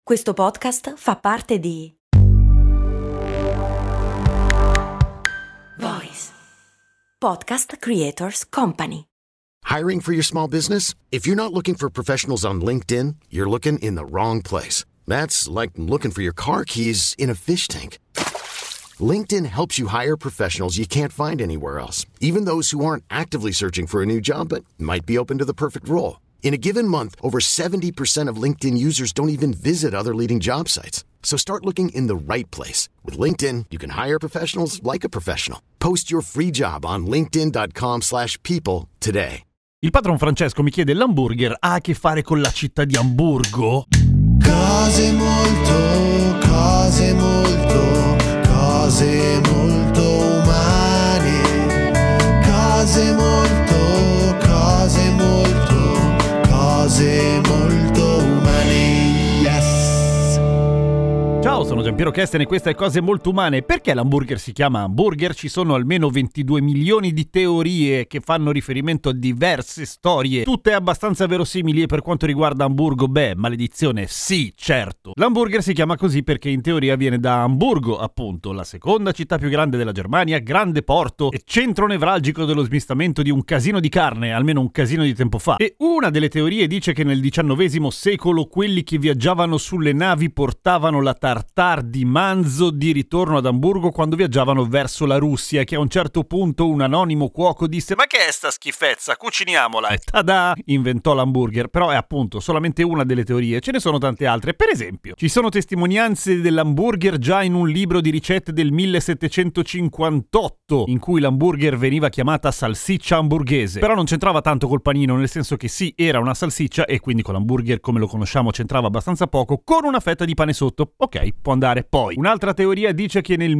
Questo podcast fa parte di Voice Podcast Creators Company. Hiring for your small business? If you're not looking for professionals on LinkedIn, you're looking in the wrong place. That's like looking for your car keys in a fish tank. LinkedIn helps you hire professionals you can't find anywhere else, even those who aren't actively searching for a new job but might be open to the perfect role. In a given month, over 70% of LinkedIn users don't even visit other leading job sites. So start looking in the right place. With LinkedIn, you can hire professionals like a professional. Post your free job on linkedin.com/people today. Il patron Francesco mi chiede: l'hamburger ha a che fare con la città di Amburgo? Cose molto umane. Cose molto umane. Yes. Ciao, sono Giampiero Kesten e questa è Cose Molto Umane. Perché l'hamburger si chiama hamburger? Ci sono almeno 22 milioni di teorie che fanno riferimento a diverse storie, tutte abbastanza verosimili, e per quanto riguarda Amburgo, maledizione, sì, certo. L'hamburger si chiama così perché in teoria viene da Amburgo, appunto, la seconda città più grande della Germania, grande porto e centro nevralgico dello smistamento di un casino di carne, almeno un casino di tempo fa. E una delle teorie dice che nel XIX secolo quelli che viaggiavano sulle navi portavano la tartare di manzo di ritorno ad Amburgo quando viaggiavano verso la Russia, che a un certo punto un anonimo cuoco disse: ma che è sta schifezza, cuciniamola, e tada, inventò l'hamburger. Però è appunto solamente una delle teorie, ce ne sono tante altre. Per esempio, ci sono testimonianze dell'hamburger già in un libro di ricette del 1758 in cui l'hamburger veniva chiamata salsiccia hamburghese, però non c'entrava tanto col panino, nel senso che sì, era una salsiccia e quindi con l'hamburger come lo conosciamo c'entrava abbastanza poco, con una fetta di pane sotto. Ok, può andare. Poi un'altra teoria dice che nel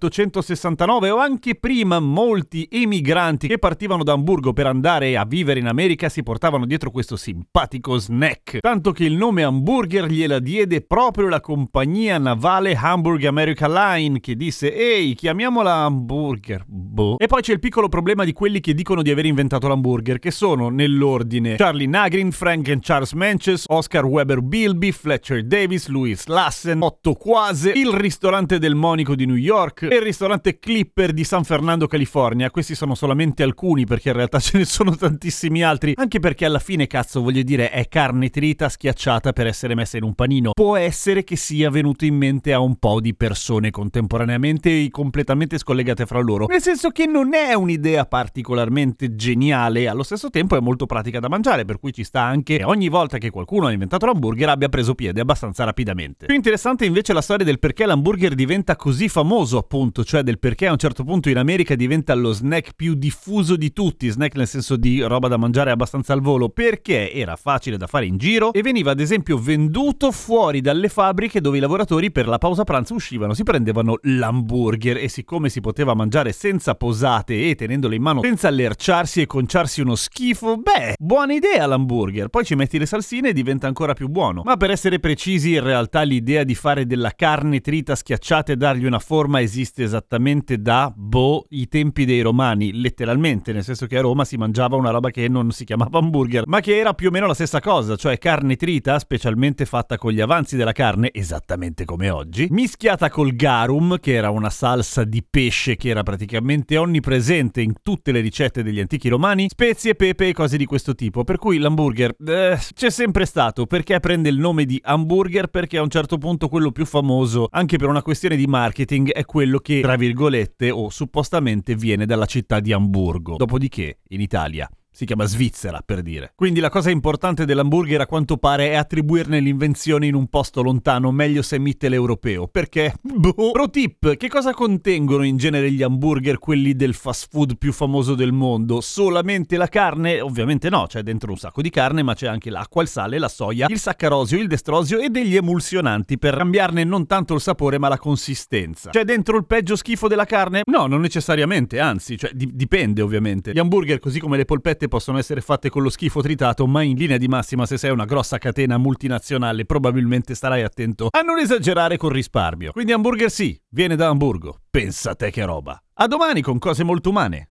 1869 o anche prima molti emigranti che partivano da Amburgo per andare a vivere in America si portavano dietro questo simpatico snack, tanto che il nome hamburger gliela diede proprio la compagnia navale Hamburg America Line, che disse: ehi, chiamiamola hamburger. Boh. E poi c'è il piccolo problema di quelli che dicono di aver inventato l'hamburger, che sono nell'ordine Charlie Nagrin, Frank and Charles Menches, Oscar Weber Bilby, Fletcher Davis, Louis Lassen, Otto Quase, il ristorante del Monico di New York e il ristorante Clipper di San Fernando, California. Questi sono solamente alcuni, perché in realtà ce ne sono tantissimi altri, anche perché alla fine, cazzo, voglio dire, è carne trita schiacciata per essere messa in un panino. Può essere che sia venuto in mente a un po' di persone contemporaneamente e completamente scollegate fra loro, nel senso che non è un'idea particolarmente geniale e allo stesso tempo è molto pratica da mangiare, per cui ci sta anche che ogni volta che qualcuno ha inventato l'hamburger abbia preso piede abbastanza rapidamente. Più interessante invece è la storia del perché l'hamburger diventa così famoso, appunto, cioè del perché a un certo punto in America diventa lo snack più diffuso di tutti, snack nel senso di roba da mangiare abbastanza al volo, perché era facile da fare in giro e veniva ad esempio venduto fuori dalle fabbriche dove i lavoratori per la pausa pranzo uscivano, si prendevano l'hamburger, e siccome si poteva mangiare senza posate e tenendolo in mano senza allerciarsi e conciarsi uno schifo, buona idea l'hamburger, poi ci metti le salsine e diventa ancora più buono. Ma per essere precisi, in realtà l'idea di fare della carne trita schiacciata e dargli una forma esiste esattamente da i tempi dei romani, letteralmente, nel senso che a Roma si mangiava una roba che non si chiamava hamburger, ma che era più o meno la stessa cosa, cioè carne trita specialmente fatta con gli avanzi della carne, esattamente come oggi, mischiata col garum, che era una salsa di pesce che era praticamente onnipresente in tutte le ricette degli antichi romani, spezie, pepe e cose di questo tipo, per cui l'hamburger c'è sempre stato. Perché prende il nome di hamburger? Perché a un certo punto quello più famoso, anche per una questione di marketing, è quello che, tra virgolette, o suppostamente viene dalla città di Amburgo. Dopodiché, in Italia si chiama Svizzera, per dire. Quindi la cosa importante dell'hamburger, a quanto pare, è attribuirne l'invenzione in un posto lontano, meglio se mitteleuropeo. Perché? Pro tip: che cosa contengono in genere gli hamburger, quelli del fast food più famoso del mondo? Solamente la carne? Ovviamente no, c'è dentro un sacco di carne, ma c'è anche l'acqua, il sale, la soia, il saccarosio, il destrosio e degli emulsionanti per cambiarne non tanto il sapore ma la consistenza. C'è dentro il peggio schifo della carne? No, non necessariamente, anzi, cioè dipende ovviamente. Gli hamburger, così come le polpette, possono essere fatte con lo schifo tritato, ma in linea di massima, se sei una grossa catena multinazionale, probabilmente starai attento a non esagerare col risparmio. Quindi hamburger sì, viene da Amburgo. Pensa te che roba. A domani con Cose Molto Umane.